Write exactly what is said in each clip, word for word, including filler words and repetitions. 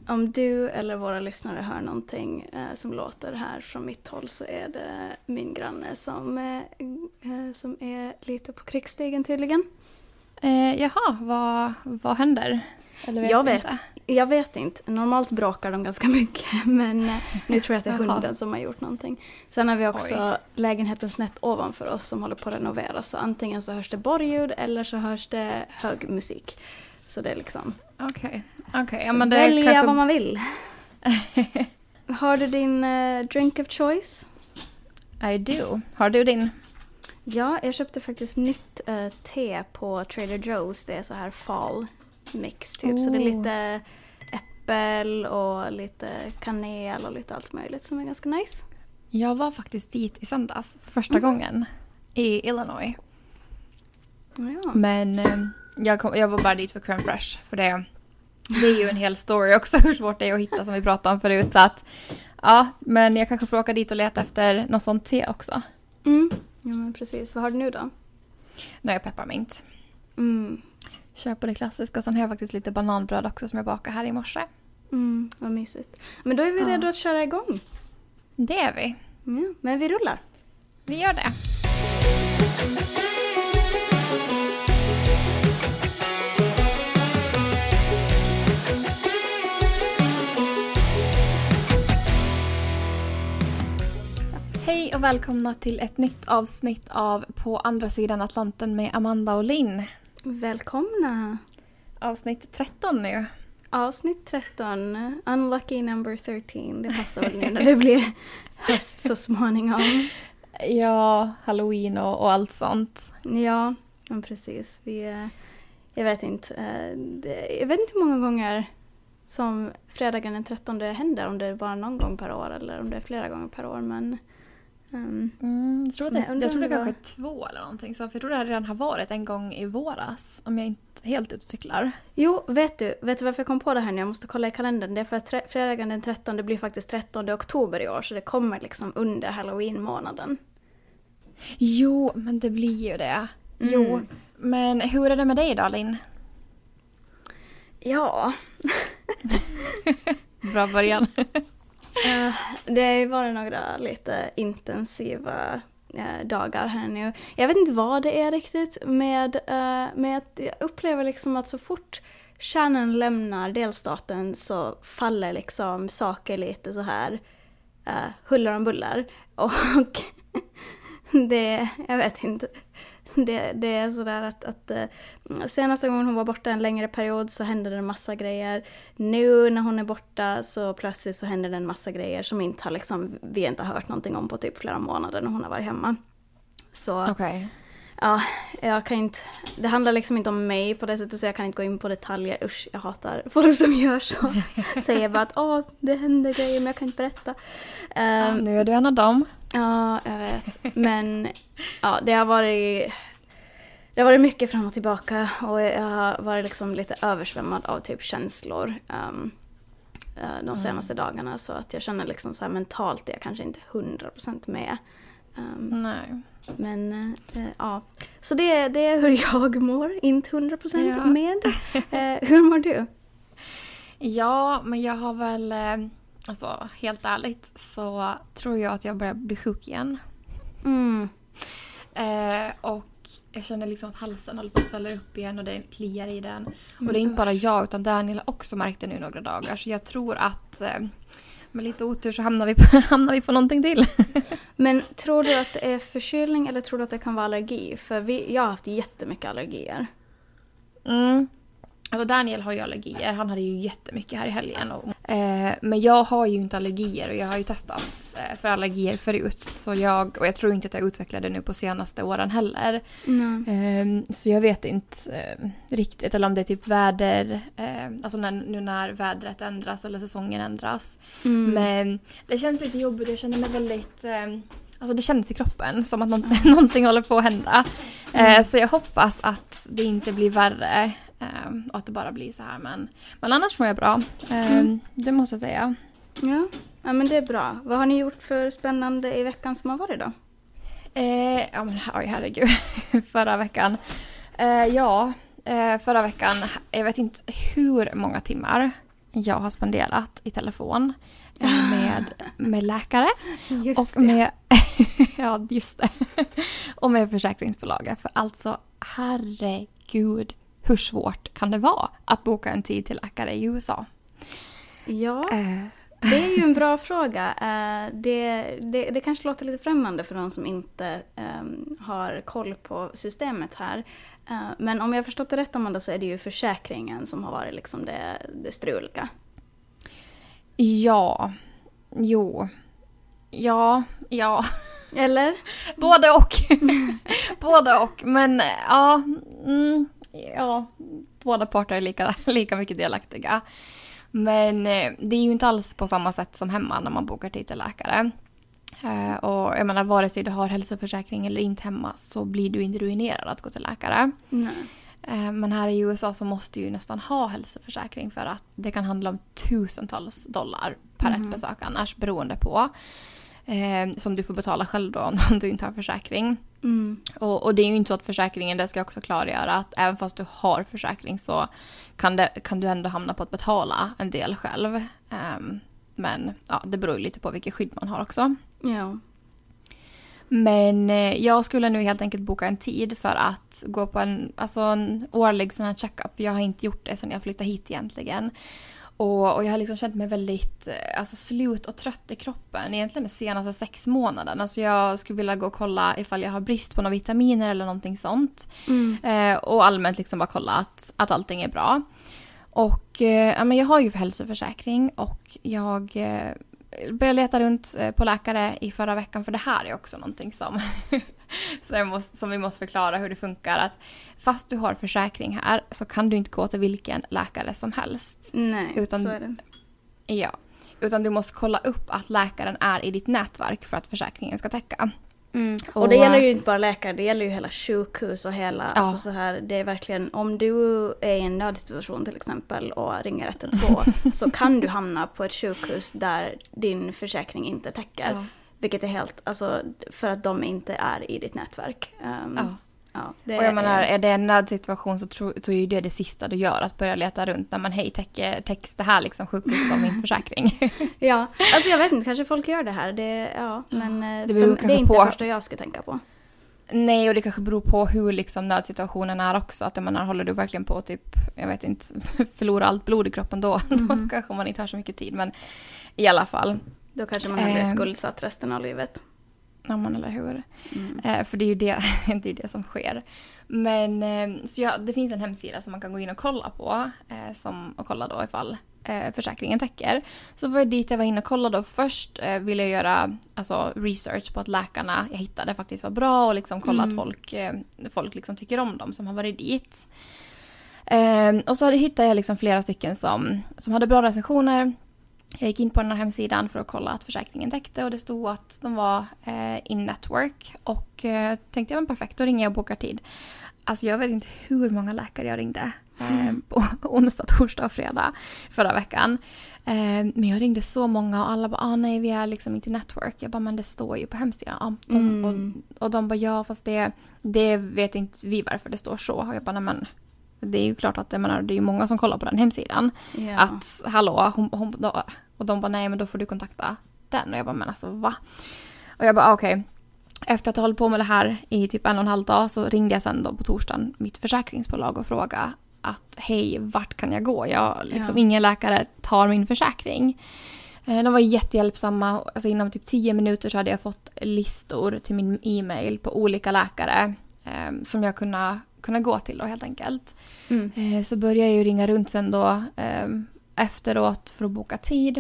om du eller våra lyssnare hör någonting eh, som låter här från mitt håll så är det min granne som, eh, eh, som är lite på krigsstigen tydligen. Eh, jaha, vad, vad händer? Eller vet jag, vet, inte? jag vet inte. Normalt bråkar de ganska mycket men eh, nu tror jag att det är hunden Jaha. som har gjort någonting. Sen har vi också Oj. lägenheten snett ovanför oss som håller på att renoveras. Så antingen så hörs det borrljud eller så hörs det hög musik. Så det är liksom... Okej, okay. okay. Ja, men det välja kanske... vad man vill. Har du din uh, drink of choice? I do. Har du din? Ja, jag köpte faktiskt nytt uh, te på Trader Joe's. Det är så här fall mix typ. Oh. Så det är lite äppel och lite kanel och lite allt möjligt som är ganska nice. Jag var faktiskt dit i söndags för första mm. gången i Illinois. Ja. Men eh, jag, kom, jag var bara dit för crème fraîche. För det, det är ju en hel story också hur svårt det är att hitta som vi pratade om förut. Så att, ja, men jag kanske får åka dit och leta efter något sånt te också. Mm. Ja, men precis. Vad har du nu då? Nu är jag pepparmint. Mm. Köper det klassiska. Och sen har jag faktiskt lite bananbröd också som jag bakade här i morse. Mm, vad mysigt. Men då är vi ja. redo att köra igång. Det är vi. Ja, men vi rullar. Vi gör det. Hej och välkomna till ett nytt avsnitt av På andra sidan Atlanten med Amanda och Linn. Välkomna. Avsnitt tretton nu. Avsnitt tretton. Unlucky number tretton. Det passar väl nu när det blir höst så småningom. Ja, Halloween och, och allt sånt. Ja, men precis. Vi, jag vet inte. Jag vet inte hur många gånger som fredagen den trettonde händer. Om det är bara någon gång per år eller om det är flera gånger per år. Men... Um, mm, jag tror, det, nej, jag tror det var... kanske är två eller någonting. Så jag tror det redan har varit en gång i våras. Om jag inte helt utcyklar. Jo, vet du, vet du varför jag kom på det här nu? Jag måste kolla i kalendern. Det är för att tre- fredagen den trettonde blir faktiskt trettonde oktober i år. Så det kommer liksom under Halloween-månaden. Jo, men det blir ju det. Mm. Jo, men hur är det med dig då, Linn? Ja. Bra början. uh, det har varit några lite intensiva uh, dagar här nu. Jag vet inte vad det är riktigt med, uh, med att jag upplever liksom att så fort kärnan lämnar delstaten så faller liksom saker lite så här uh, huller om bullar. Och det, jag vet inte. Det, det är sådär att, att uh, senaste gången hon var borta en längre period så hände det en massa grejer. Nu när hon är borta så plötsligt så händer det en massa grejer som inte har liksom, vi inte har hört någonting om på typ flera månader när hon har varit hemma. Så okay. Ja, jag kan inte, det handlar liksom inte om mig på det sättet så jag kan inte gå in på detaljer. Usch, jag hatar folk som gör så. Säger bara att åh, det händer grejer men jag kan inte berätta. Um, nu är du en av dem. Ja, jag vet. Men ja, det har varit det har varit mycket fram och tillbaka och jag har varit liksom lite översvämmad av typ känslor um, de senaste mm. dagarna så att jag känner liksom så här mentalt är jag kanske inte hundra procent med. Um, Nej. Men uh, ja, så det, det är hur jag mår, inte hundra procent ja. med. Uh, hur mår du? Ja, men jag har väl, alltså helt ärligt så tror jag att jag börjar bli sjuk igen. Mm. Eh, och jag känner liksom att halsen håller på att svälla upp igen och det kliar i den. Och det är inte bara jag utan Daniel har också märkt det nu några dagar. Så jag tror att eh, med lite otur så hamnar vi på, hamnar vi på någonting till. Men tror du att det är förkylning eller tror du att det kan vara allergi? För vi, jag har haft jättemycket allergier. Mm. Alltså Daniel har ju allergier. Han hade ju jättemycket här i helgen. Och, eh, men jag har ju inte allergier och jag har ju testat eh, för allergier förut. Så jag, och jag tror inte att jag utvecklade nu på senaste åren heller. Mm. Eh, så jag vet inte eh, riktigt. Eller om det är typ väder. Eh, alltså när, nu när vädret ändras eller säsongen ändras. Mm. Men det känns lite jobbigt. Jag känner mig väldigt... Eh, Alltså det känns i kroppen som att nånt- mm. någonting håller på att hända. Mm. Eh, så jag hoppas att det inte blir värre. Eh, och att det bara blir så här. Men, men annars mår jag bra. Eh, mm. Det måste jag säga. Ja. Ja, men det är bra. Vad har ni gjort för spännande i veckan som har varit då? Eh, ja, men oj, herregud. förra veckan. Eh, ja, eh, förra veckan. Jag vet inte hur många timmar jag har spenderat i telefon med, med läkare Just och med ja, just det. och med försäkringsbolaget. För alltså, herregud, hur svårt kan det vara att boka en tid till läkare i U S A? Ja, Uh. det är ju en bra fråga. Uh, det, det, det kanske låter lite främmande för de som inte um, har koll på systemet här. Uh, men om jag har förstått det rätt, Amanda, så är det ju försäkringen som har varit liksom det, det struliga. Ja, jo, ja, ja. Eller? Både och. Både och. Men ja, mm, ja, båda parter är lika, lika mycket delaktiga. Men det är ju inte alls på samma sätt som hemma när man bokar tid till läkare. Uh, och jag menar, vare sig du har hälsoförsäkring eller inte hemma så blir du inte ruinerad att gå till läkare. Nej. Uh, men här i U S A så måste du ju nästan ha hälsoförsäkring för att det kan handla om tusentals dollar per mm. ett besök annars, beroende på. Uh, som du får betala själv då om du inte har försäkring. Mm. Och, och det är ju inte så att försäkringen, det ska jag också klargöra, att även fast du har försäkring så kan, det, kan du ändå hamna på att betala en del själv. Um, men ja, det beror ju lite på vilket skydd man har också. Ja. Men eh, jag skulle nu helt enkelt boka en tid för att gå på en, alltså en årlig sån här check-up. För jag har inte gjort det sedan jag flyttade hit egentligen. Och, och jag har liksom känt mig väldigt alltså, slut och trött i kroppen. Egentligen de senaste sex månaderna. Alltså jag skulle vilja gå och kolla ifall jag har brist på några vitaminer eller någonting sånt. Mm. Eh, och allmänt liksom bara kolla att, att allting är bra. Och eh, ja, men jag har ju hälsoförsäkring och jag eh, började leta runt eh, på läkare i förra veckan. För det här är också någonting som, så jag måste, som vi måste förklara hur det funkar. Att fast du har försäkring här så kan du inte gå till vilken läkare som helst. Nej, utan, så är det. Ja, utan du måste kolla upp att läkaren är i ditt nätverk för att försäkringen ska täcka. Mm. Och, och det gäller ju inte bara läkare, det gäller ju hela sjukhus och hela, ja. Alltså så här, det är verkligen, om du är i en nödsituation till exempel och ringer ett ett två så kan du hamna på ett sjukhus där din försäkring inte täcker. Ja. Vilket är helt, alltså för att de inte är i ditt nätverk. Um, ja. Ja, det och jag menar, är det en nödsituation så tror så är ju det det sista du gör, att börja leta runt när man hej, täcker text det här liksom sjukhuset av min försäkring. Ja, alltså jag vet inte, kanske folk gör det här, det, ja, men det, för, det är inte på... det första jag skulle tänka på. Nej, och det kanske beror på hur liksom nödsituationen är också, att jag menar, håller du verkligen på typ, jag vet inte, förlora allt blod i kroppen då, mm-hmm. då kanske man inte har så mycket tid, men i alla fall. Då kanske man hellre är skuldsatt resten av livet. Ja, man eller hur. Mm. Eh, för det är ju det, det, är det som sker. Men eh, så ja, det finns en hemsida som man kan gå in och kolla på. Eh, som, och kolla då ifall eh, försäkringen täcker. Så var det dit jag var inne och kollade. Och först eh, ville jag göra alltså, research på att läkarna jag hittade faktiskt var bra. Och liksom kolla mm. att folk, eh, folk liksom tycker om dem som har varit dit. Eh, och så hittade jag liksom flera stycken som, som hade bra recensioner. Jag gick in på den här hemsidan för att kolla att försäkringen täckte och det stod att de var eh, in network och eh, tänkte jag, men perfekt, då ringer jag och bokar tid. Alltså jag vet inte hur många läkare jag ringde eh, på onsdag, torsdag och fredag förra veckan. Eh, men jag ringde så många och alla bara, ah nej vi är liksom inte network. Jag bara, men det står ju på hemsidan. Ah, de, mm. och, och de bara, ja fast det, det vet inte vi varför det står så. Och jag bara, nej men... Det är ju klart att jag menar, det är ju många som kollar på den hemsidan. Ja. Att, hallå, hon, hon, då, och de bara, nej men då får du kontakta den. Och jag bara, men alltså va? Och jag bara, okej. Okay. Efter att ha hållit på med det här i typ en och en halv dag så ringde jag sen då på torsdagen mitt försäkringsbolag och frågade att hej, vart kan jag gå? Jag, liksom, ja. Ingen läkare tar min försäkring. De var jättehjälpsamma. Alltså inom typ tio minuter så hade jag fått listor till min e-mail på olika läkare eh, som jag kunde kunna gå till då helt enkelt. Mm. Eh, så började jag ju ringa runt sen då eh, efteråt för att boka tid.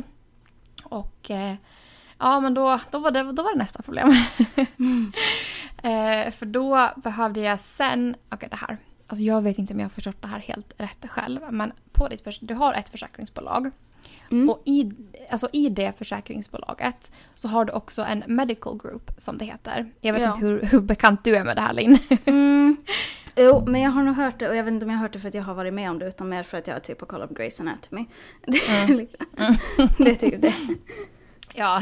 Och eh, ja men då, då, var det, då var det nästa problem. mm. eh, för då behövde jag sen, okej okay, det här, alltså jag vet inte om jag har förstått det här helt rätt själv, men på ditt förs- du har ett försäkringsbolag. Mm. Och i, alltså i det försäkringsbolaget så har du också en medical group som det heter. Jag vet ja. inte hur, hur bekant du är med det här, Linn. mm. Jo, men jag har nog hört det och jag vet inte om jag har hört det för att jag har varit med om det utan mer för att jag typ har kollat på Grey's Anatomy. Mm. Det är typ det. Ja.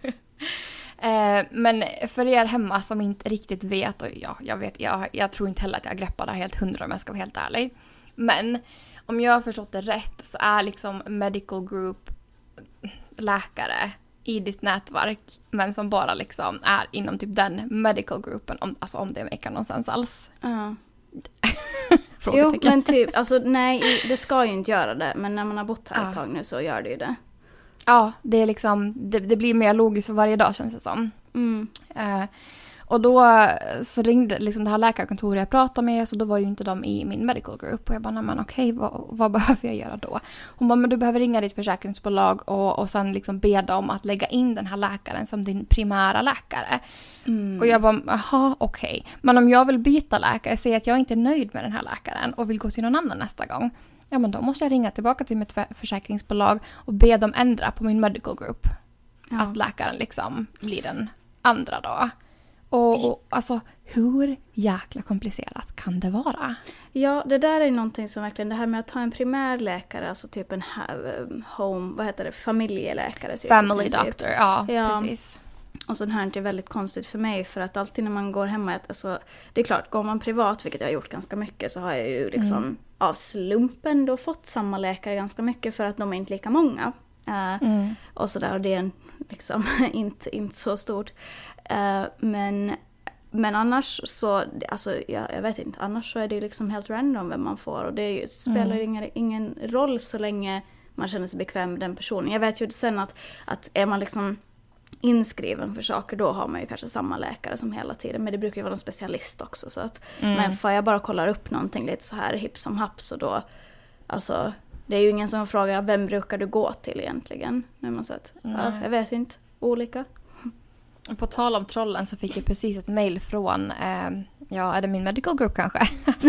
eh, men för er hemma som inte riktigt vet, och ja, jag vet, jag, jag tror inte heller att jag greppar det här helt hundra om jag ska vara helt ärlig. Men om jag har förstått det rätt så är liksom medical group läkare i ditt nätverk, men som bara liksom är inom typ den medical groupen, om, alltså om det makar någon sens alls. Ja. Jo, men typ, alltså nej, det ska ju inte göra det, men när man har bott här ett tag nu så gör det ju det. Ja, det är liksom, det, det blir mer logiskt för varje dag, känns det som. Mm. Eh, och då så ringde liksom det här läkarkontoret jag pratade med, så då var ju inte de i min medical group. Och jag bara, nej men okej, vad, vad behöver jag göra då? Hon bara, men du behöver ringa ditt försäkringsbolag och, och sen liksom be dem att lägga in den här läkaren som din primära läkare. Mm. Och jag bara, jaha, okej. Okay. Men om jag vill byta läkare, säger att jag inte är nöjd med den här läkaren och vill gå till någon annan nästa gång. Ja, men då måste jag ringa tillbaka till mitt försäkringsbolag och be dem ändra på min medical group. Ja. Att läkaren liksom blir den andra då. Och, och alltså, hur jäkla komplicerat kan det vara? Ja, det där är någonting som verkligen, det här med att ha en primärläkare, alltså typ en home, vad heter det, familjeläkare. Typ, Family doctor, ja, ja, precis. Och sånt här är väldigt konstigt för mig, för att alltid när man går hemma, alltså, det är klart, går man privat, vilket jag har gjort ganska mycket, så har jag ju liksom mm. av slumpen då fått samma läkare ganska mycket, för att de är inte lika många. Uh, mm. Och sådär, och det är en, liksom inte, inte så stort. Uh, men, men annars så, alltså jag, jag vet inte, annars så är det liksom helt random vem man får, och det är ju, spelar mm. ingen, ingen roll så länge man känner sig bekväm med den personen. Jag vet ju sen att, att är man liksom inskriven för saker, då har man ju kanske samma läkare som hela tiden, men det brukar ju vara en specialist också, så att, mm. men får jag bara kollar upp någonting lite så här hipp som haps, och då, alltså det är ju ingen som frågar, vem brukar du gå till egentligen? Men man sett, ja, jag vet inte, olika. På tal om trollen så fick jag precis ett mejl från, eh, ja, är det min medical group kanske?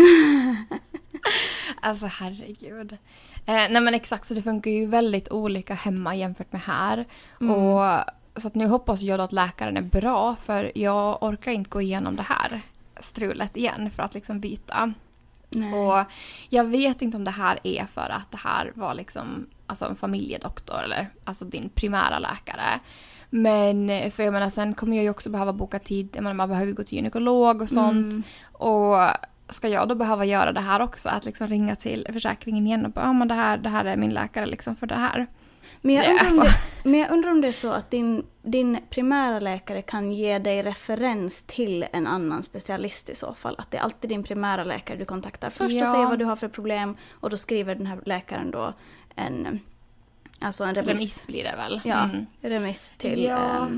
Alltså herregud. Eh, nej men exakt, så det funkar ju väldigt olika hemma jämfört med här. Mm. Och så att nu hoppas jag att läkaren är bra, för jag orkar inte gå igenom det här strulet igen för att liksom byta. Nej. Och jag vet inte om det här är för att det här var liksom, alltså en familjedoktor eller alltså din primära läkare. Men för jag menar, sen kommer jag ju också behöva boka tid. Jag menar, man behöver gå till gynekolog och sånt. Mm. Och ska jag då behöva göra det här också? Att liksom ringa till försäkringen igen och bara, ja men det här, det här är min läkare liksom för det här. Men jag, undrar om det, men jag undrar om det är så att din, din primära läkare kan ge dig referens till en annan specialist i så fall. Att det är alltid din primära läkare du kontaktar först, ja. Och säger vad du har för problem. Och då skriver den här läkaren då en, alltså en remiss. Remiss blir det väl? Ja, mm. remiss till ja. um,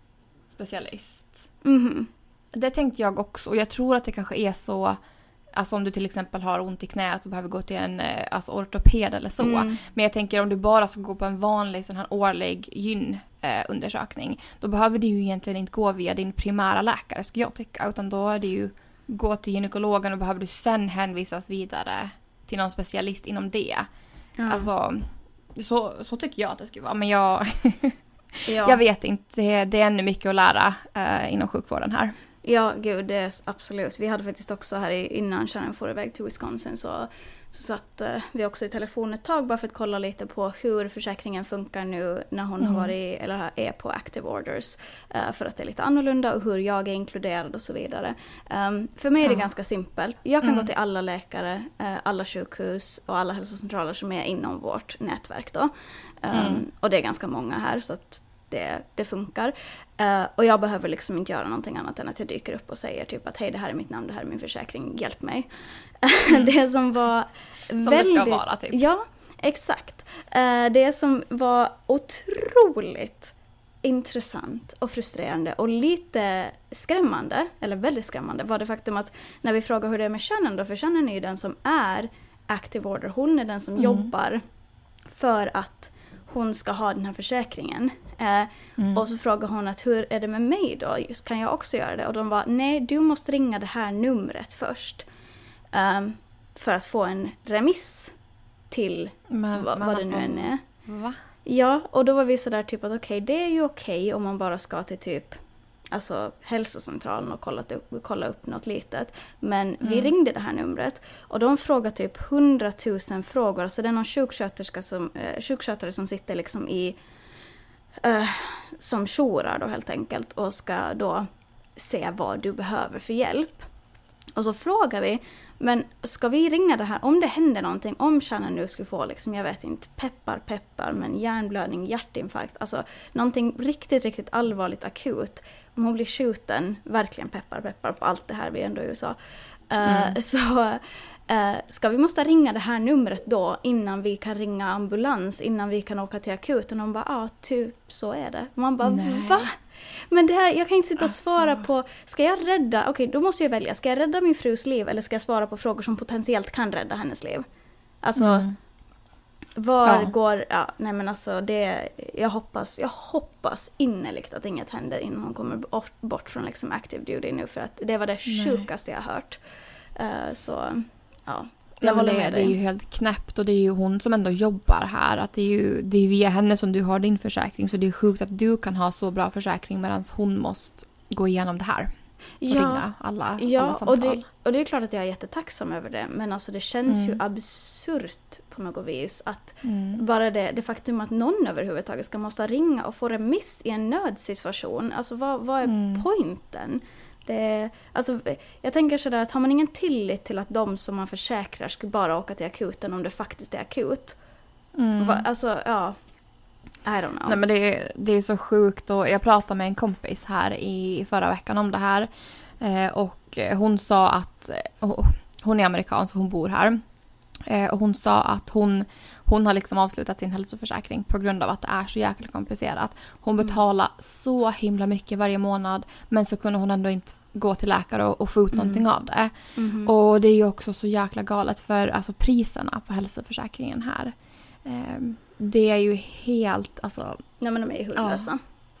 specialist. Mm-hmm. Det tänkte jag också. Och jag tror att det kanske är så, alltså om du till exempel har ont i knät och behöver gå till en alltså ortoped eller så. Mm. Men jag tänker om du bara ska gå på en vanlig sån här årlig gynundersökning, eh, då behöver du ju egentligen inte gå via din primära läkare, skulle jag tycka. Utan då är det ju gå till gynekologen och behöver du sen hänvisas vidare till någon specialist inom det. Mm. Alltså, så, så tycker jag att det skulle vara. Men jag, ja. jag vet inte, det, det är ännu mycket att lära eh, inom sjukvården här. Ja, gud, det är absolut. Vi hade faktiskt också här innan Shannon får iväg till Wisconsin, så, så satt uh, vi också i telefon ett tag bara för att kolla lite på hur försäkringen funkar nu när hon mm. har varit, eller är på active orders, uh, för att det är lite annorlunda, och hur jag är inkluderad och så vidare. Um, för mig är det ja. ganska simpelt. Jag kan mm. gå till alla läkare, uh, alla sjukhus och alla hälsocentraler som är inom vårt nätverk då. Um, mm. Och det är ganska många här, så att Det, det funkar. Uh, och jag behöver liksom inte göra någonting annat än att jag dyker upp och säger typ att hej, det här är mitt namn, det här är min försäkring, hjälp mig. Mm. Det som var som väldigt... det ska vara typ. Ja, exakt. Uh, det som var otroligt intressant och frustrerande och lite skrämmande, eller väldigt skrämmande, var det faktum att när vi frågar hur det är med Shannon då, för Shannon är ju den som är active order, hon är den som mm. jobbar för att hon ska ha den här försäkringen. Eh, mm. Och så frågar hon att hur är det med mig då? Just, kan jag också göra det? Och de var, nej, du måste ringa det här numret först. Um, för att få en remiss till men, va, men vad alltså, det nu än är. Va? Ja, och då var vi sådär typ att okej, okay, det är ju okej okay om man bara ska till typ alltså hälsocentralen och kollat upp, kolla upp något litet. Men mm. vi ringde det här numret och de frågar typ hundratusen frågor. Så det är någon sjuksköterska som, eh, sjukskötare som sitter liksom i eh, som jourar då helt enkelt och ska då se vad du behöver för hjälp. Och så frågar vi, men ska vi ringa det här, om det händer någonting, om Shannon nu skulle få liksom, jag vet inte, peppar, peppar, men hjärnblödning, hjärtinfarkt, alltså någonting riktigt, riktigt allvarligt akut. Om hon blir skjuten, verkligen peppar, peppar på allt det här vi ändå i U S A. Uh, mm. Så uh, ska vi måste ringa det här numret då innan vi kan ringa ambulans, innan vi kan åka till akuten. Och hon bara, ja, ah, typ så är det. Och man bara, nej. Va? Men det här, jag kan inte sitta och alltså. svara på, ska jag rädda, okej okay, då måste jag välja, ska jag rädda min frus liv eller ska jag svara på frågor som potentiellt kan rädda hennes liv? Alltså, mm. var ja. går, ja, nej men alltså det, jag hoppas, jag hoppas innerligt att inget händer innan hon kommer bort från liksom active duty nu, för att det var det sjukaste jag har hört. Uh, så, ja. Ja, men det, det är ju helt knäppt, och det är ju hon som ändå jobbar här. Att det är ju det är via henne som du har din försäkring. Så det är sjukt att du kan ha så bra försäkring medan hon måste gå igenom det här. Så ja, ringa alla, ja, alla samtal. Och det, och det är klart att jag är jättetacksam över det. Men alltså det känns mm. ju absurt på något vis. Att mm. bara det, det faktum att någon överhuvudtaget ska måste ringa och få remiss i en nödsituation. Alltså vad, vad är mm. poängen? Det, alltså, jag tänker sådär att har man ingen tillit till att de som man försäkrar skulle bara åka till akuten om det faktiskt är akut. Mm. Va, alltså, ja. I don't know. Nej, men det är, det är så sjukt, och jag pratade med en kompis här i förra veckan om det här. Eh, och hon sa att oh, hon är amerikansk och hon bor här. Eh, och hon sa att hon, hon har liksom avslutat sin hälsoförsäkring på grund av att det är så jäkla komplicerat. Hon betalar mm. så himla mycket varje månad, men så kunde hon ändå inte gå till läkare och, och få ut mm. någonting av det. Mm. Och det är ju också så jäkla galet för alltså, priserna på hälsoförsäkringen här. Eh, det är ju helt, alltså... Nej, men de är ju hutlösa.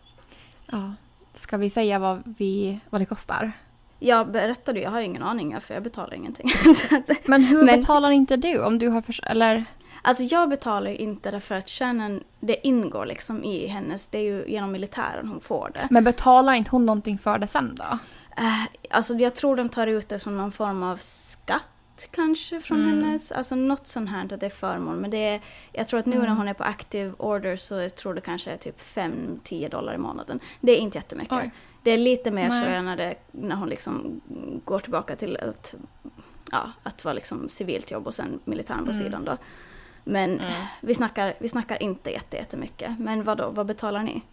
Ja. ja. Ska vi säga vad, vi, vad det kostar? Jag berättade, jag har ingen aning för jag betalar ingenting. Men hur men, betalar inte du om du har för, eller? Alltså jag betalar inte därför att Shannon, det ingår liksom i hennes, det är ju genom militären hon får det. Men betalar inte hon någonting för det sen då? Uh, alltså jag tror de tar ut det som någon form av skatt kanske från mm. hennes, alltså något sånt här att det är förmån, men det är, jag tror att nu mm. när hon är på active order så jag tror det kanske är typ fem till tio dollar i månaden. Det är inte jättemycket. Oj. Det är lite mer tror jag när, det, när hon liksom går tillbaka till att, ja, att vara liksom civilt jobb och sen militären på mm. sidan då. Men mm. vi, snackar, vi snackar inte jätte, jättemycket. Men vad då? Vad betalar ni?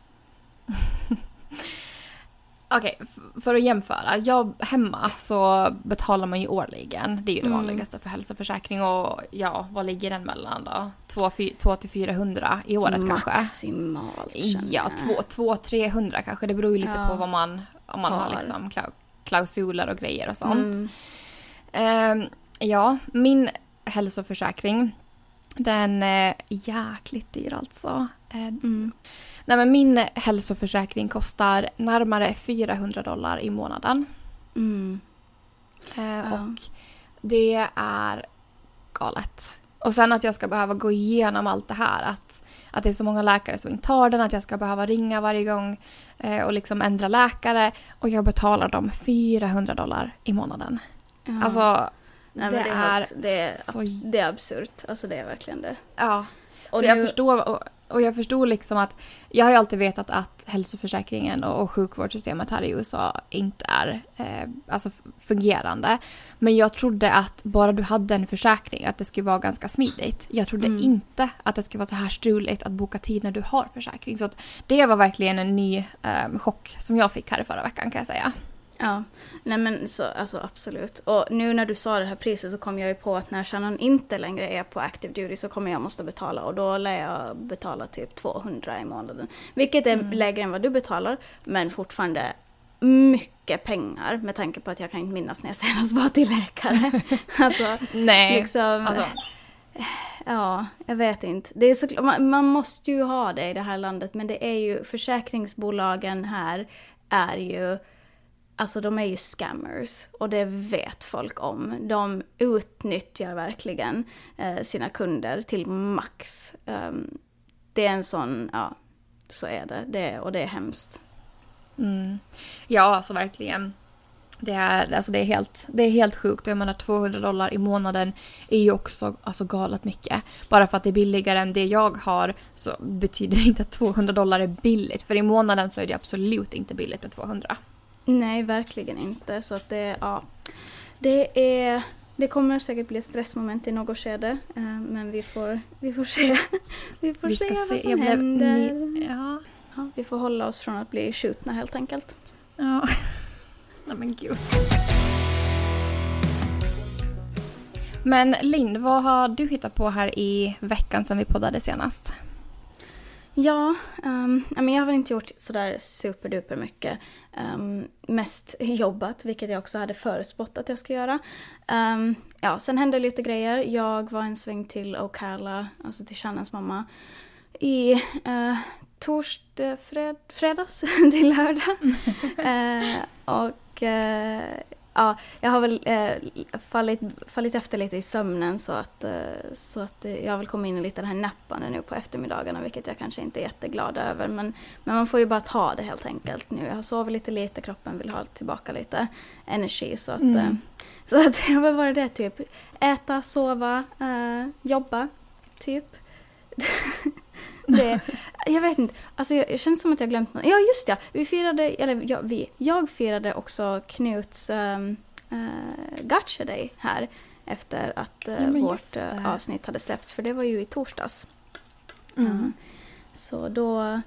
Okej, okay, för att jämföra. Jag, hemma så betalar man ju årligen. Det är ju det mm. vanligaste för hälsoförsäkring. Och ja, vad ligger den mellan då? två till fyrahundra i året Maximalt, kanske? Maximalt. Ja, två till trehundra kanske. Det beror ju lite ja. på vad man, om man har, har liksom klausuler och grejer och sånt. Mm. Um, ja, min hälsoförsäkring, den är jäkligt dyr alltså. Mm. Nej, men min hälsoförsäkring kostar närmare fyrahundra dollar i månaden. Mm. Eh, och uh. det är galet. Och sen att jag ska behöva gå igenom allt det här. Att, att det är så många läkare som inte tar den. Att jag ska behöva ringa varje gång eh, och liksom ändra läkare. Och jag betalar dem fyrahundra dollar i månaden. Uh. Alltså, Nej, det, det, är, det, är, så... det är absurt. Alltså det är verkligen det. Ja, och så nu... jag förstår... Och, Och jag förstår liksom att jag har ju alltid vetat att hälsoförsäkringen och, och sjukvårdssystemet här i U S A inte är eh, alltså fungerande. Men jag trodde att bara du hade en försäkring att det skulle vara ganska smidigt. Jag trodde mm. inte att det skulle vara så här struligt att boka tid när du har försäkring. Så att det var verkligen en ny eh, chock som jag fick här i förra veckan, kan jag säga. Ja, nej men så, alltså absolut. Och nu när du sa det här priset så kom jag ju på att när Shannon inte längre är på active duty så kommer jag måste betala. Och då lär jag betala typ tvåhundra i månaden. Vilket är mm. lägre än vad du betalar, men fortfarande mycket pengar med tanke på att jag kan inte minnas när jag senast var till läkare. alltså, nej, liksom, alltså. Ja, jag vet inte. Det är så, man, man måste ju ha det i det här landet, men det är ju, försäkringsbolagen här är ju, alltså de är ju scammers och det vet folk om. De utnyttjar verkligen eh, sina kunder till max. Um, det är en sån, ja, så är det. det och det är hemskt. Mm. Ja, alltså verkligen. Det är, alltså det är, helt, det är helt sjukt. Jag menar tvåhundra dollar i månaden är ju också alltså galet mycket. Bara för att det är billigare än det jag har så betyder det inte att tvåhundra dollar är billigt. För i månaden så är det absolut inte billigt med tvåhundra. Nej, verkligen inte. Så att det, ja, det är... Det kommer säkert bli ett stressmoment i något skede, men vi får, vi får se, vi får vi se vad se. som Jag händer. Ni, ja. Ja, vi får hålla oss från att bli skjutna helt enkelt. Ja, nej men gud. Men Linn, vad har du hittat på här i veckan sedan vi poddade senast? Ja, um, jag har väl inte gjort sådär superduper mycket. Um, mest jobbat, vilket jag också hade förutspått att jag ska göra. Um, ja, sen hände lite grejer. Jag var en sväng till Ocala, alltså till Shannons mamma, i uh, torsdag, fred, fredags till lördag. uh, och uh, ja, jag har väl eh, fallit, fallit efter lite i sömnen så att, eh, så att eh, jag har väl kommit in i lite det här nappande nu på eftermiddagarna, vilket jag kanske inte är jätteglad över. Men, men man får ju bara ta det helt enkelt nu. Jag har sovit lite lite, kroppen vill ha tillbaka lite energi. Så att, mm. eh, så att jag vill vara det typ. Äta, sova, eh, jobba, typ. Det, jag vet inte, alltså jag, jag känner som att jag glömt något. Ja just det, vi firade, eller ja, vi, jag firade också Knuts um, uh, Gacha Day här efter att uh, ja, vårt uh, avsnitt hade släppts, för det var ju i torsdags. Mm. Uh, så då,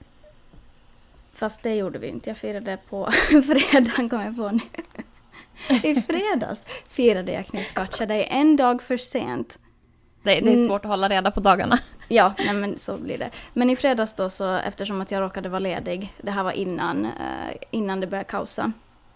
fast det gjorde vi inte, jag firade på fredagen, kom jag på nu. I fredags firade jag Knuts Gacha Day en dag för sent. Det, det är svårt att hålla reda på dagarna. Ja, nej men så blir det. Men i fredags då, så eftersom att jag råkade vara ledig, det här var innan, eh, innan det började kausa,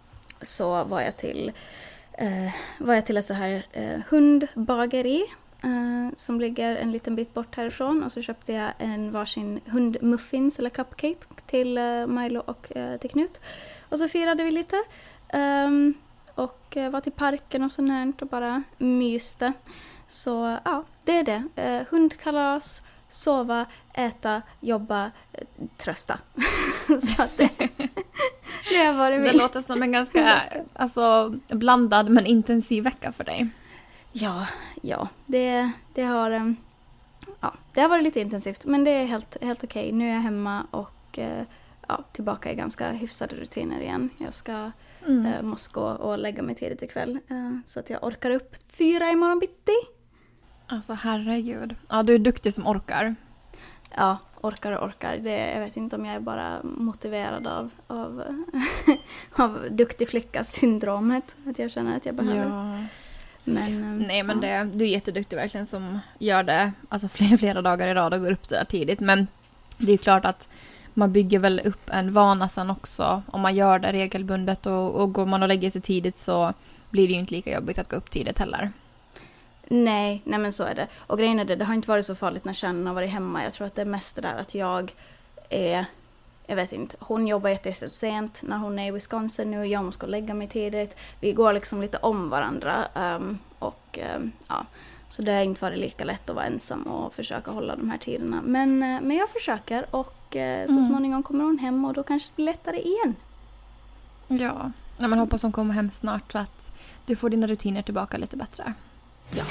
så var jag till, eh, var jag till ett så här eh, hundbageri eh, som ligger en liten bit bort härifrån, och så köpte jag en varsin hundmuffins eller cupcake till eh, Milo och eh, till Knut. Och så firade vi lite um, och eh, var till parken och sånt här och bara myste. Så ja, det är det. Eh, hundkalas, sova, äta, jobba, eh, trösta. Så att det, det har varit min. Det låter som en ganska alltså, blandad men intensiv vecka för dig. Ja, ja. Det, det, har, um, ja, det har varit lite intensivt, men det är helt, helt okej. Nu är jag hemma och eh, ja, tillbaka i ganska hyfsade rutiner igen. Jag ska mm. eh, måste gå och lägga mig tidigt ikväll eh, så att jag orkar upp fyra imorgon bitti. Alltså herregud. Ja, du är duktig som orkar. Ja, orkar och orkar. Det, jag vet inte om jag är bara motiverad av, av, av duktig flicka-syndromet. Att jag känner att jag behöver. Ja. Men, Nej, men ja. det, du är jätteduktig verkligen som gör det alltså flera, flera dagar i rad och går upp så där tidigt. Men det är ju klart att man bygger väl upp en vana sen också. Om man gör det regelbundet och, och går man och lägger sig tidigt så blir det ju inte lika jobbigt att gå upp tidigt heller. Nej, nej men så är det. Och grejen är det, det har inte varit så farligt när Shannon har varit hemma. Jag tror att det är mest det där att jag är, jag vet inte, hon jobbar jättesent sent när hon är i Wisconsin nu. Jag måste gå och lägga mig tidigt. Vi går liksom lite om varandra. Um, och um, ja, så det har inte varit lika lätt att vara ensam och försöka hålla de här tiderna. Men, uh, men jag försöker och uh, så mm. småningom kommer hon hem och då kanske det blir lättare igen. Ja, ja men hoppas hon kommer hem snart så att du får dina rutiner tillbaka lite bättre. Ja.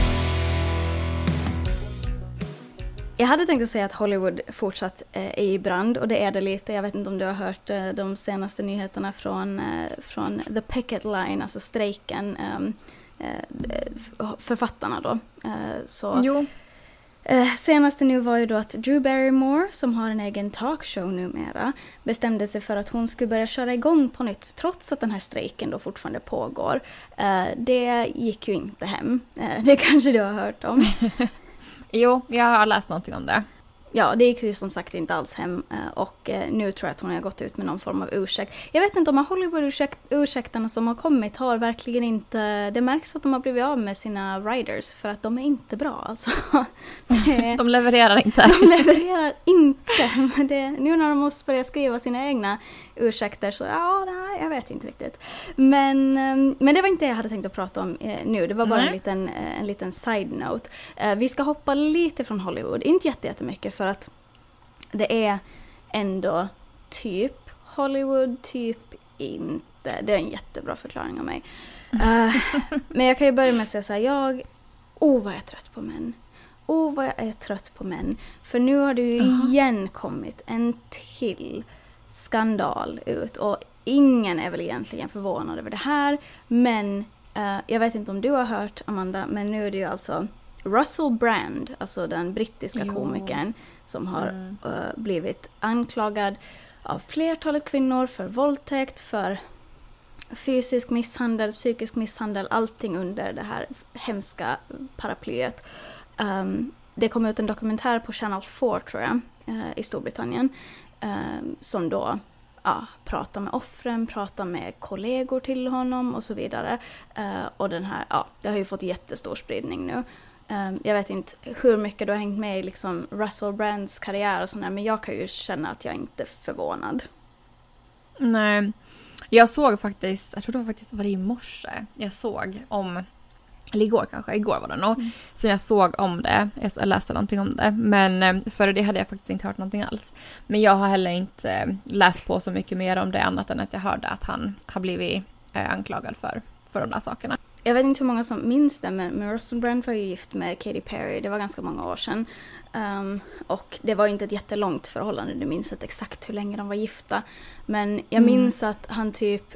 Jag hade tänkt att säga att Hollywood fortsatt eh, är i brand, och det är det lite. Jag vet inte om du har hört eh, de senaste nyheterna från, eh, från The Picket Line, alltså strejken, eh, eh, författarna då. Eh, så, jo. Eh, senaste nu var ju då att Drew Barrymore, som har en egen talkshow numera, bestämde sig för att hon skulle börja köra igång på nytt trots att den här strejken då fortfarande pågår. Eh, det gick ju inte hem. Eh, det kanske du har hört om. Jo, jag har läst någonting om det. Ja, det gick ju som sagt inte alls hem, och nu tror jag att hon har gått ut med någon form av ursäkt. Jag vet inte om Hollywood-ursäkterna som har kommit har verkligen inte... Det märks att de har blivit av med sina writers för att de är inte bra. Alltså. De levererar inte. De levererar inte. Men det, nu när de måste börja skriva sina egna ursäkter så ja, nej, jag vet inte riktigt. Men, men det var inte det jag hade tänkt att prata om nu. Det var bara en liten, en liten side-note. Vi ska hoppa lite från Hollywood. Inte jättemycket för att det är ändå typ Hollywood, typ inte. Det är en jättebra förklaring av mig. Uh, men jag kan ju börja med att säga så här. Jag, oh vad jag är trött på män. Oh vad jag är trött på män. För nu har det ju uh-huh. igen kommit en till skandal ut. Och ingen är väl egentligen förvånad över det här. Men Uh, jag vet inte om du har hört, Amanda, men nu är det ju alltså Russell Brand, alltså den brittiska jo. komikern som har mm. uh, blivit anklagad av flertalet kvinnor för våldtäkt, för fysisk misshandel, psykisk misshandel, allting under det här hemska paraplyet. Um, det kom ut en dokumentär på Channel four, tror jag, uh, i Storbritannien, uh, som då ja, pratar med offren, pratar med kollegor till honom och så vidare. Uh, och den här, ja, det har ju fått jättestor spridning nu. Um, jag vet inte hur mycket du har hängt med i liksom Russell Brands karriär och sådär, men jag kan ju känna att jag inte är förvånad. Nej, jag såg faktiskt, jag tror det var faktiskt var det i morse, jag såg om, eller igår kanske, igår var det nog, mm. så jag såg om det, jag läste någonting om det, men före det hade jag faktiskt inte hört någonting alls. Men jag har heller inte läst på så mycket mer om det, annat än att jag hörde att han har blivit eh, anklagad för, för de där sakerna. Jag vet inte hur många som minns det, men, men Russell Brand var ju gift med Katy Perry, det var ganska många år sedan. Um, och det var inte ett jättelångt förhållande, du minns inte exakt hur länge de var gifta. Men jag mm. minns att han typ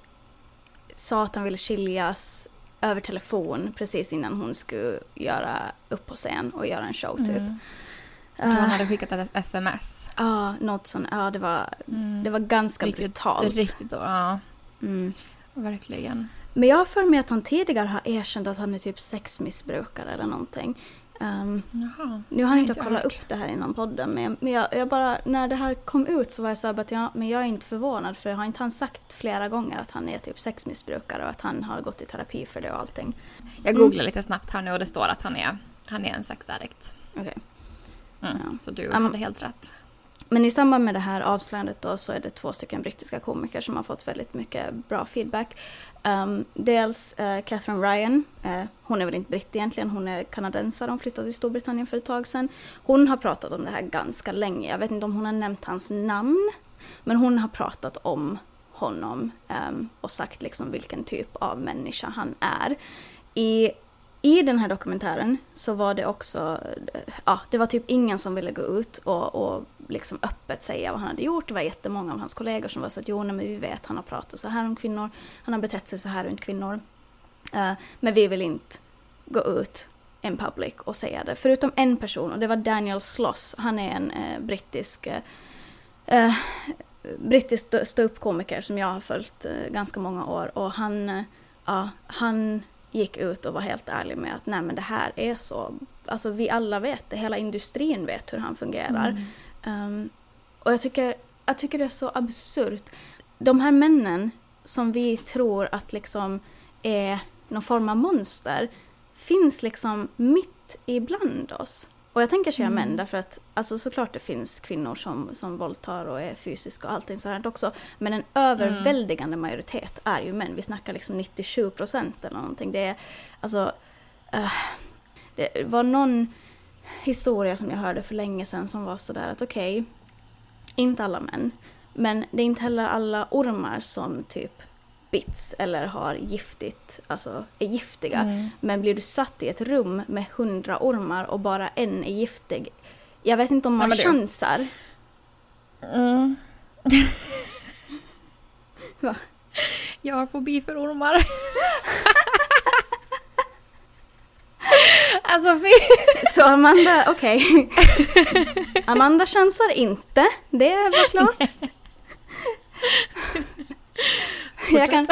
sa att han ville skiljas över telefon precis innan hon skulle göra upp på scen och göra en show typ. Mm. Jag tror han hade skickat ett sms. Ja, uh, något sånt. Ja, det var, mm. det var ganska riktigt, brutalt. Riktigt, ja. Mm. Verkligen. Men jag har för mig att han tidigare har erkänt att han är typ sexmissbrukare eller någonting. Um, Jaha, nu har jag inte kollat upp det här innan podden, men, jag, men jag, jag bara, när det här kom ut så var jag så här att jag, men jag är inte förvånad, för har inte han sagt flera gånger att han är typ sexmissbrukare och att han har gått i terapi för det och allting. Jag googlar mm. lite snabbt här nu och det står att han är, han är en sexaddict. Okej. Okay. Mm, ja. Så du um, hade helt rätt. Men i samband med det här avslöjandet då så är det två stycken brittiska komiker som har fått väldigt mycket bra feedback. Um, dels uh, Catherine Ryan, uh, hon är väl inte britt egentligen, hon är kanadensare, hon flyttade till Storbritannien för ett tag sedan. Hon har pratat om det här ganska länge, jag vet inte om hon har nämnt hans namn, men hon har pratat om honom um, och sagt liksom vilken typ av människa han är. I I den här dokumentären så var det också, ja, det var typ ingen som ville gå ut och, och liksom öppet säga vad han hade gjort. Det var jättemånga av hans kollegor som var så att jo, men vi vet, han har pratat så här om kvinnor, han har betett sig så här runt kvinnor. Uh, men vi vill inte gå ut in public och säga det. Förutom en person, och det var Daniel Sloss. Han är en uh, brittisk uh, brittisk ståuppkomiker som jag har följt uh, ganska många år. Och han, uh, ja, han gick ut och var helt ärlig med att nej, men det här är så, alltså vi alla vet det, hela industrin vet hur han fungerar. Mm. Um, och jag tycker, jag tycker det är så absurt. De här männen som vi tror att liksom är någon form av monster finns liksom mitt ibland oss. Och jag tänker säga mm. män därför att alltså såklart det finns kvinnor som, som våldtar och är fysiska och allting sådant också. Men en överväldigande mm. majoritet är ju män. Vi snackar liksom nittiosju procent eller någonting. Det är, alltså, uh, det var någon historia som jag hörde för länge sedan som var sådär att okej, okay, inte alla män. Men det är inte heller alla ormar som typ bits eller har giftigt, alltså är giftiga. Mm. Men blir du satt i ett rum med hundra ormar och bara en är giftig, jag vet inte om man ja, chansar. Mm. Va? Jag har fobi för ormar. Alltså fy. Så Amanda, okej. Okay. Amanda chansar inte, det är väl klart. Jag kan...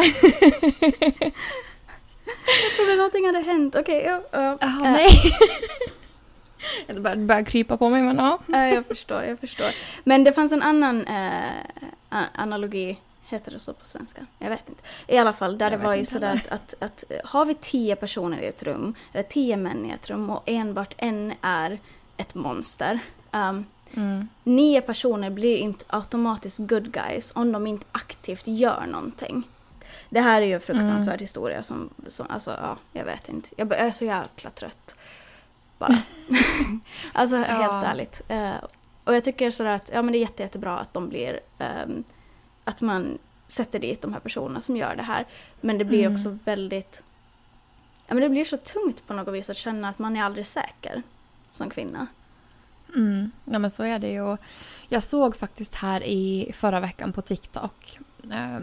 jag trodde någonting hade hänt. Okej, okay, uh, uh, oh, nej. Jag börjar, börjar krypa på mig, men ja. Uh, jag förstår, jag förstår. Men det fanns en annan uh, analogi, heter det så på svenska? Jag vet inte. I alla fall, där jag det var ju sådär att, att, att har vi tio personer i ett rum, eller tio män i ett rum och enbart en är ett monster. Um, Mm. Nio personer blir inte automatiskt good guys om de inte aktivt gör någonting. Det här är ju en fruktansvärd mm. historia som, som, alltså ja, jag vet inte. Jag är så jäkla trött. Bara. Alltså ja. Helt ärligt. Uh, och jag tycker sådär att ja, men det är jätte, jättebra att de blir um, att man sätter dit de här personerna som gör det här. Men det blir mm. också väldigt ja, men det blir så tungt på något vis att känna att man är aldrig säker som kvinna. Mm. Ja, men så är det ju. Jag såg faktiskt här i förra veckan på TikTok um,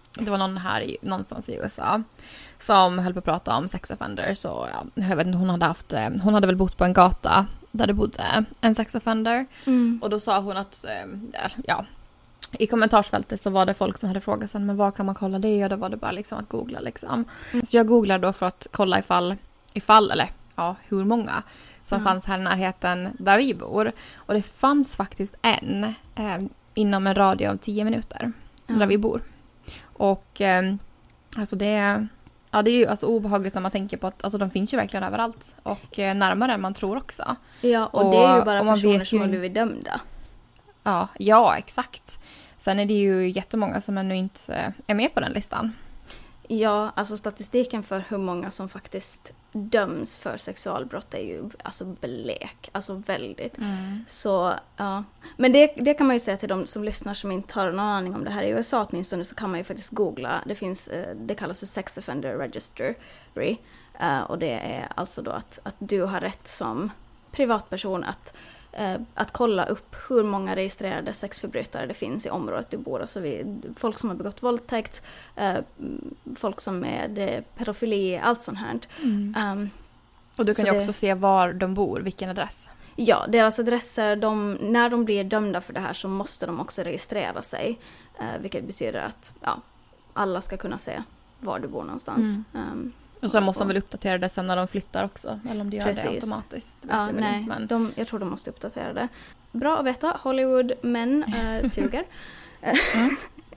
det var någon här i, någonstans i U S A som höll på att prata om sex offender. Så ja, jag vet inte, hon hade haft, hon hade väl bott på en gata där det bodde en sex offender. Mm. Och då sa hon att, ja, i kommentarsfältet så var det folk som hade frågat sig, men var kan man kolla det? Och då var det bara liksom att googla liksom. Mm. Så jag googlade då för att kolla ifall, ifall eller ja, hur många som mm. fanns här i närheten där vi bor. Och det fanns faktiskt en eh, inom en radie av tio minuter mm. där vi bor. Och eh, alltså det, ja, det är ju alltså obehagligt när man tänker på att alltså, de finns ju verkligen överallt. Och eh, närmare än man tror också. Ja, och, och det är ju bara personer som har blivit dömda. Ja, ja, exakt. Sen är det ju jättemånga som ännu inte är med på den listan. Ja, alltså statistiken för hur många som faktiskt döms för sexualbrott är ju alltså blek, alltså väldigt. Mm. Så, ja. Men det, det kan man ju säga till de som lyssnar som inte har någon aning om det här. I U S A åtminstone så kan man ju faktiskt googla. Det finns, det kallas för Sex Offender Registry. Och det är alltså då att, att du har rätt som privatperson att att kolla upp hur många registrerade sexförbrytare det finns i området du bor. Alltså vi, folk som har begått våldtäkt, eh, folk som är pedofili, allt sånt här. Mm. Um, och du kan ju också det, se var de bor, vilken adress. Ja, deras adresser, de, när de blir dömda för det här så måste de också registrera sig. Eh, vilket betyder att ja, alla ska kunna se var du bor någonstans. Mm. Um, Och så måste de väl uppdatera det sen när de flyttar också. Eller om de gör Precis. det automatiskt. Ja, jag nej, inte, men... de, jag tror de måste uppdatera det. Bra att veta. Hollywood-män äh, suger. Mm.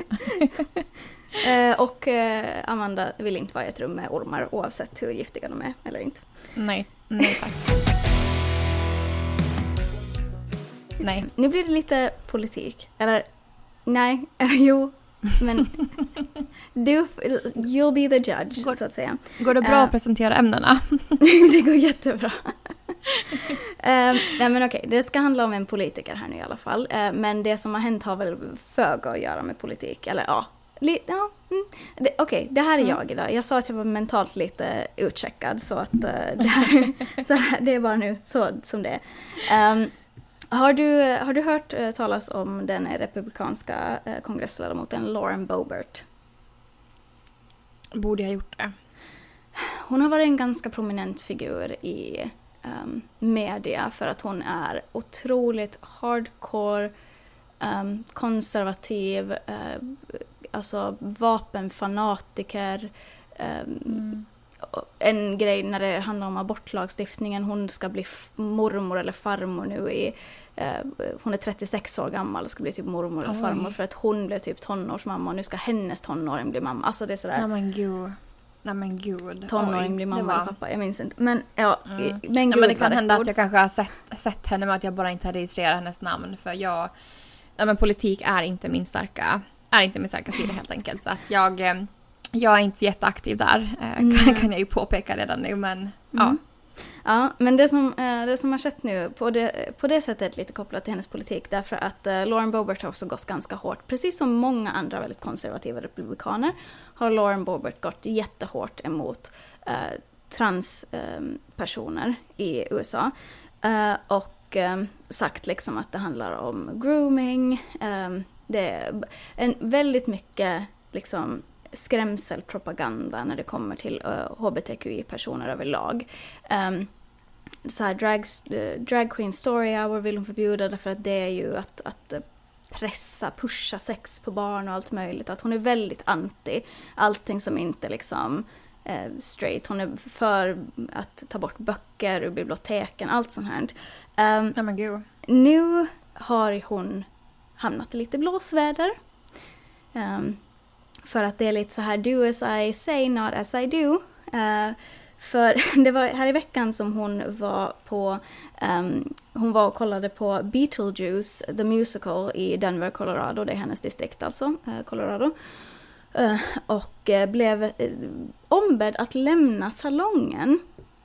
äh, och äh, Amanda vill inte vara i ett rum med ormar oavsett hur giftiga de är eller inte. Nej, nej tack. Nej. Nu blir det lite politik. Eller, nej, eller jo. Men du, you'll be the judge, går, så att säga. Går det bra uh, att presentera ämnena? Det går jättebra. uh, nej men okej, det ska handla om en politiker här nu i alla fall. Uh, men det som har hänt har väl föga att göra med politik. Eller ja, li, ja mm. okej, okay, det här är mm. jag idag. Jag sa att jag var mentalt lite utcheckad. Så att uh, det, här, så här, det är bara nu så som det är. Um, Har du, har du hört uh, talas om den republikanska uh, kongressledamoten Lauren Boebert? Borde jag ha gjort det? Hon har varit en ganska prominent figur i um, media för att hon är otroligt hardcore, um, konservativ, uh, alltså vapenfanatiker. Um, mm. En grej när det handlar om abortlagstiftningen, hon ska bli f- mormor eller farmor nu i Uh, hon är trettiosex år gammal och ska bli typ mormor eller farmor för att hon blev typ tonårsmamma och nu ska hennes tonåring bli mamma. Alltså det är sådär. Nej men gud. Nej men gud. Tonåring Oj, blir mamma var... eller pappa, jag minns inte. Men ja, mm. men gud. Ja, men det kan hända att jag kanske har sett, sett henne men att jag bara inte har registrerat hennes namn för jag, nej men politik är inte min starka, är inte min starka sida helt enkelt. Så att jag, jag är inte så jätteaktiv där, mm. kan, kan jag ju påpeka redan nu men mm. ja. Ja, men det som, det som har skett nu på det, på det sättet är lite kopplat till hennes politik därför att uh, Lauren Boebert har också gått ganska hårt. Precis som många andra väldigt konservativa republikaner har Lauren Boebert gått jättehårt emot uh, transpersoner um, i U S A uh, och um, sagt liksom att det handlar om grooming. Um, det är en väldigt mycket liksom skrämselpropaganda när det kommer till uh, H B T Q I-personer överlag. Um, så här drag, uh, drag queen story hour vill hon förbjuda därför att det är ju att, att pressa, pusha sex på barn och allt möjligt. Att hon är väldigt anti allting som inte liksom uh, straight. Hon är för att ta bort böcker ur biblioteken, allt sånt här. Um, oh my God. Nu har hon hamnat i lite blåsväder. Um, För att det är lite så här, do as I say, not as I do. Uh, för det var här i veckan som hon var på, um, hon var och kollade på Beetlejuice, the musical i Denver, Colorado. Det är hennes distrikt alltså, uh, Colorado. Uh, och uh, blev uh, ombedd att lämna salongen.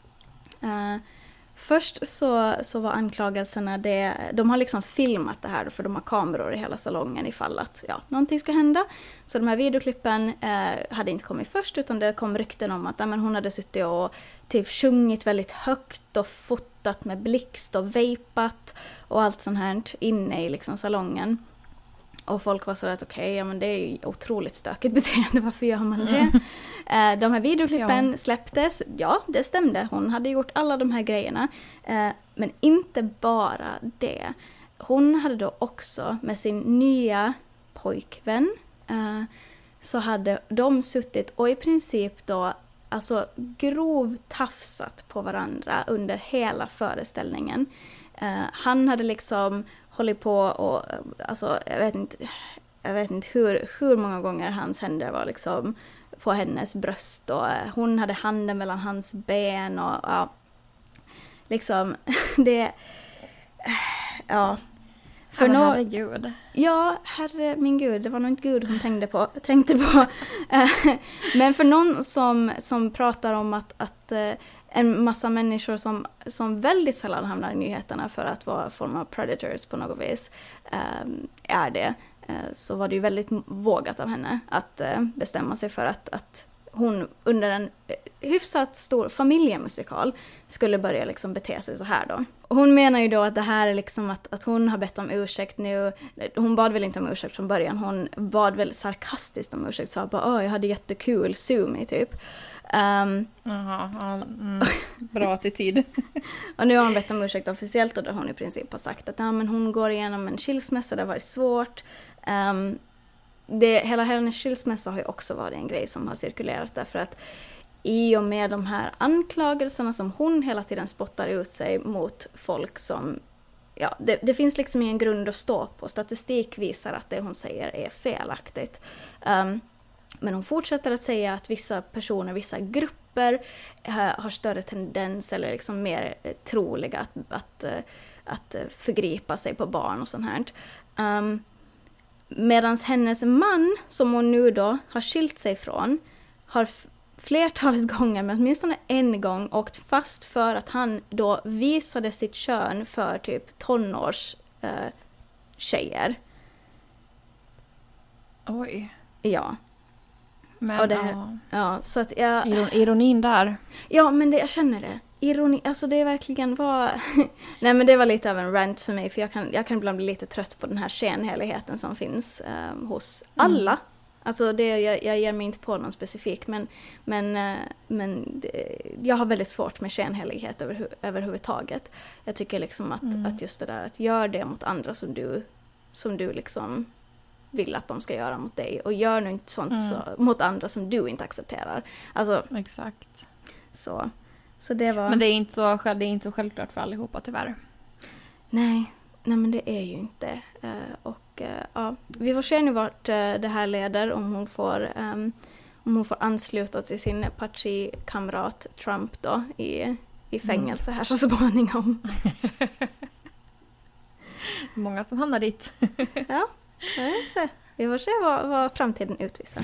Uh, Först så, så var anklagelserna det, de har liksom filmat det här för de har kameror i hela salongen ifall att ja, någonting ska hända. Så de här videoklippen eh, hade inte kommit först utan det kom rykten om att ja, men hon hade suttit och typ sjungit väldigt högt och fotat med blixt och vejpat och allt sånt här inne i liksom salongen. Och folk var så att okej, okay, ja men det är ju otroligt stökigt beteende, varför gör man det? Mm. De här videoklippen ja. släpptes, ja det stämde, hon hade gjort alla de här grejerna. Men inte bara det. Hon hade då också med sin nya pojkvän, så hade de suttit och i princip då alltså grovtafsat på varandra under hela föreställningen. Han hade liksom hållit på och alltså jag vet inte jag vet inte hur hur många gånger hans händer var liksom på hennes bröst och hon hade handen mellan hans ben och ja liksom det ja för no- herregud. Ja, herre min gud, det var nog inte Gud hon tänkte på tänkte på. Men för någon som som pratar om att att en massa människor som, som väldigt sällan hamnar i nyheterna för att vara form av predators på något vis um, är det. Uh, så var det ju väldigt vågat av henne att uh, bestämma sig för att, att hon under en hyfsat stor familjemusikal skulle börja liksom bete sig så här då. Och hon menar ju då att det här är liksom att, att hon har bett om ursäkt nu. Hon bad väl inte om ursäkt från början. Hon bad väl sarkastiskt om ursäkt. Sa bara, åh jag hade jättekul, sue me typ. Um, Jaha, mm, bra attityd. Och nu har hon bett om ursäkt officiellt och då hon i princip har sagt att ja, men hon går igenom en skilsmässa, det har varit svårt. Um, det, hela hennes skilsmässa har ju också varit en grej som har cirkulerat därför att i och med de här anklagelserna som hon hela tiden spottar ut sig mot folk som, ja, det, det finns liksom ingen grund att stå på. Statistik visar att det hon säger är felaktigt. Um, Men hon fortsätter att säga att vissa personer, vissa grupper har större tendens eller liksom mer troliga att, att, att förgripa sig på barn och sånt här. Um, Medan hennes man, som hon nu då har skilt sig från, har flertalet gånger, men åtminstone en gång, åkt fast för att han då visade sitt kön för typ tonårs uh, tjejer. Oj. Ja. Men, och det, ja. Ja, så att jag, Iron, ironin där. Ja, men det, jag känner det. Ironi, alltså det är verkligen var... Nej, men det var lite av en rant för mig. För jag kan, jag kan ibland bli lite trött på den här skenheligheten som finns eh, hos alla. Mm. Alltså det, jag, jag ger mig inte på någon specifik. Men, men, eh, men det, jag har väldigt svårt med skenhelighet över, överhuvudtaget. Jag tycker liksom att, mm. att just det där, att gör det mot andra som du, som du liksom... vill att de ska göra mot dig. Och gör nu inte sånt mm. så, mot andra som du inte accepterar. Alltså, exakt. Så, så det var... Men det är, inte så, det är inte så självklart för allihopa tyvärr. Nej, nej men det är ju inte. Uh, och uh, ja, vi får se nu vart uh, det här leder. Om hon får, um, om hon får ansluta till sin partikamrat Trump då i, i fängelse mm. här så småningom. Många som hamnar dit. Ja. Ja, vi får se vad, vad framtiden utvisar.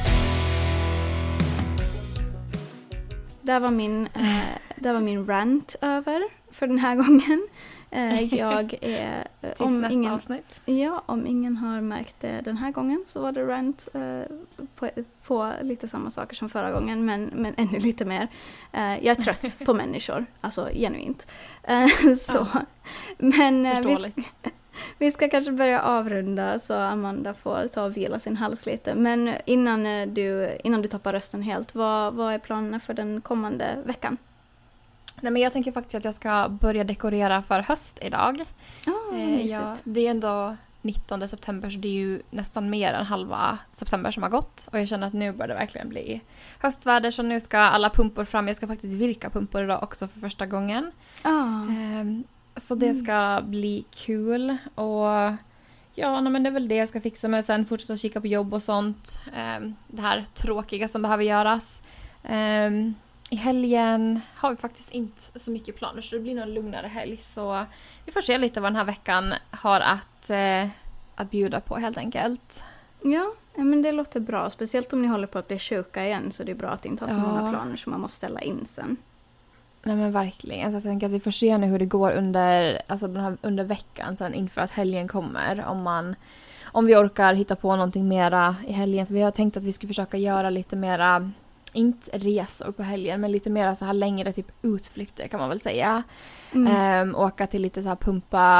Där var min, eh, där var min rant över för den här gången. Eh, jag är... Eh, Tills om nästa ingen, avsnitt. Ja, om ingen har märkt det den här gången så var det rant eh, på, på lite samma saker som förra gången, men, men ännu lite mer. Eh, jag är trött på människor, alltså genuint. Eh, så, ja. Men... Eh, vi, Vi ska kanske börja avrunda så Amanda får ta och vila sin hals lite. Men innan du, innan du tappar rösten helt, vad, vad är planerna för den kommande veckan? Nej, men jag tänker faktiskt att jag ska börja dekorera för höst idag. Oh, eh, ja, det är ändå nittonde september så det är ju nästan mer än halva september som har gått. Och jag känner att nu börjar det verkligen bli höstväder så nu ska alla pumpor fram. Jag ska faktiskt virka pumpor idag också för första gången. Oh. Eh, Så det ska bli kul och ja, men det är väl det jag ska fixa med sen fortsätta kika på jobb och sånt. Um, det här tråkiga som behöver göras. Um, I helgen har vi faktiskt inte så mycket planer så det blir nog en lugnare helg. Så vi får se lite vad den här veckan har att, uh, att bjuda på helt enkelt. Ja, men det låter bra. Speciellt om ni håller på att bli sjuka igen så det är bra att inte ha för ja. många planer som man måste ställa in sen. Nej men verkligen. Alltså, jag tänker att vi får se nu hur det går under, alltså, den här, under veckan sen inför att helgen kommer. Om, man, om vi orkar hitta på någonting mera i helgen. För vi har tänkt att vi skulle försöka göra lite mera, inte resor på helgen, men lite mera så här längre typ utflykter kan man väl säga. Mm. Um, åka till lite så här pumpa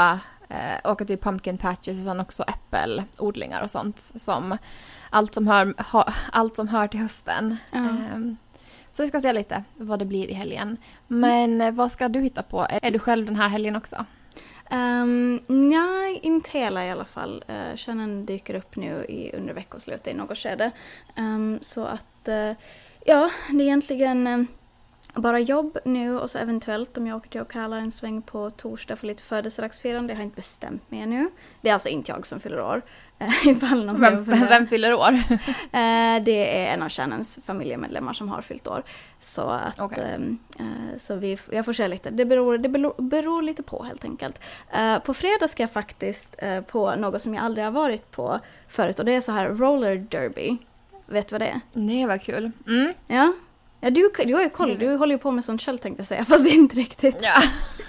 eh, åka till pumpkin patches och sen också äppelodlingar och sånt. Som allt som hör, ha, allt som hör till hösten. Mm. Eh, så vi ska se lite vad det blir i helgen. Men mm. vad ska du hitta på? Är du själv den här helgen också? Um, nej, inte hela i alla fall. Uh, Kärnan dyker upp nu i under veckoslutet i något skede. Um, så att, uh, ja, det är egentligen uh, bara jobb nu och så eventuellt om jag åker till Ocala en sväng på torsdag för lite födelsedagsfirande. Det har jag inte bestämt mig ännu. Det är alltså inte jag som fyller år. vem, vem fyller år? uh, det är en av Kärnans familjemedlemmar som har fyllt år. Så att okay. um, uh, så vi, jag får se lite. Det beror, det beror, beror lite på helt enkelt. Uh, på fredag ska jag faktiskt uh, på något som jag aldrig har varit på förut. Och det är så här roller derby. Vet du vad det är? Nej, vad kul. Mm. Ja. Ja, du, du har ju koll. Du håller ju på med sånt själv tänkte jag säga. Fast inte riktigt. Ja.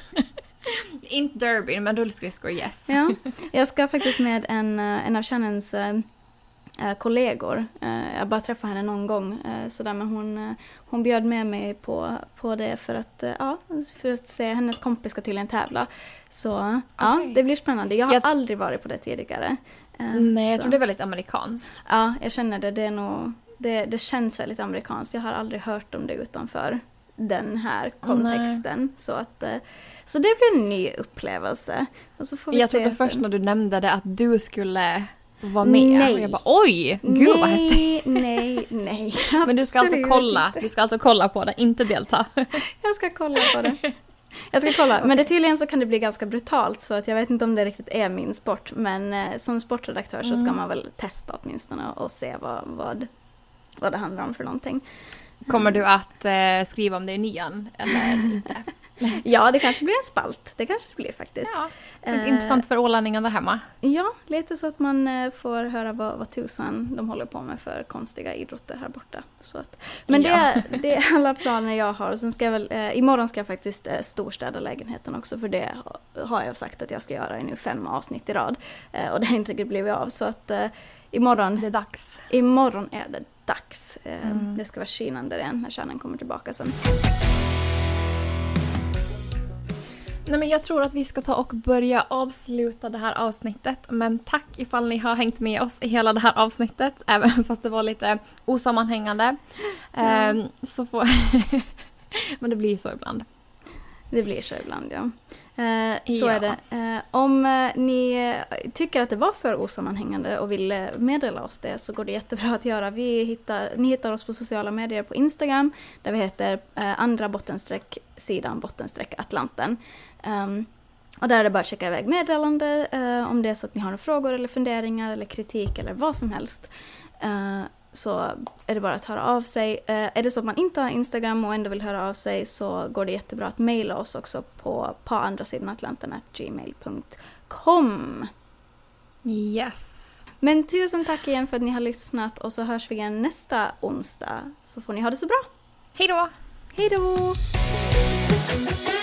Inte derby, men rullskridskor, yes. Ja, jag ska faktiskt med en, en av Shannons äh, kollegor. Äh, jag bara träffade henne någon gång. Äh, sådär, men hon, äh, hon bjöd med mig på, på det för att, äh, ja, för att se hennes kompis ska tydligen tävla. Så okay. Ja, det blir spännande. Jag har jag... aldrig varit på det tidigare. Äh, Nej, jag så. tror det är väldigt amerikanskt. Ja, jag känner det. Det är nog... Det, det känns väldigt amerikanskt. Jag har aldrig hört om det utanför den här kontexten. Nej. Så att så det blir en ny upplevelse. Och så får vi jag se trodde först sen. när du nämnde det att du skulle vara med. Nej. Och jag bara, oj, gud nej, vad häftigt. Nej, nej. Men du ska alltså kolla, du ska alltså kolla på det, inte delta. Jag ska kolla på det. Jag ska kolla, okay. Men det tydligen så kan det bli ganska brutalt så att jag vet inte om det riktigt är min sport. Men eh, som sportredaktör mm. så ska man väl testa åtminstone och se vad, vad vad det handlar om för någonting. Kommer du att eh, skriva om det i nian eller inte? Ja, det kanske blir en spalt. Det kanske det blir faktiskt. Ja, uh, intressant för ålänningarna där hemma. Ja, lite så att man uh, får höra vad, vad tusan de håller på med för konstiga idrotter här borta. Så att, men ja. det, är, det är alla planer jag har. Sen ska jag väl, uh, imorgon ska jag faktiskt uh, storstäda lägenheten också. För det har jag sagt att jag ska göra i nu fem avsnitt i rad. Uh, och det har inte riktigt blivit av. Så att uh, imorgon... Det är dags. Imorgon är det dags. Uh, mm. Det ska vara skinande igen när kärnan kommer tillbaka sen. Nej, men jag tror att vi ska ta och börja avsluta det här avsnittet. Men tack ifall ni har hängt med oss i hela det här avsnittet. Även fast det var lite osammanhängande. Mm. Um, så får men det blir så ibland. Det blir så ibland, ja. Uh, så ja. är det. Uh, om uh, ni tycker att det var för osammanhängande och vill meddela oss det så går det jättebra att göra. Vi hittar, ni hittar oss på sociala medier på Instagram där vi heter uh, andra bottenstreck sidan bottenstreck Atlanten. Um, och där är det bara att checka iväg meddelande uh, om det är så att ni har några frågor eller funderingar eller kritik eller vad som helst. Uh, så är det bara att höra av sig. Uh, är det så att man inte har Instagram och ändå vill höra av sig så går det jättebra att mejla oss också på på andra sidan Atlanten at gmail punkt com. Yes. Men tusen tack igen för att ni har lyssnat och så hörs vi igen nästa onsdag. Så får ni ha det så bra. Hej då! Hej då!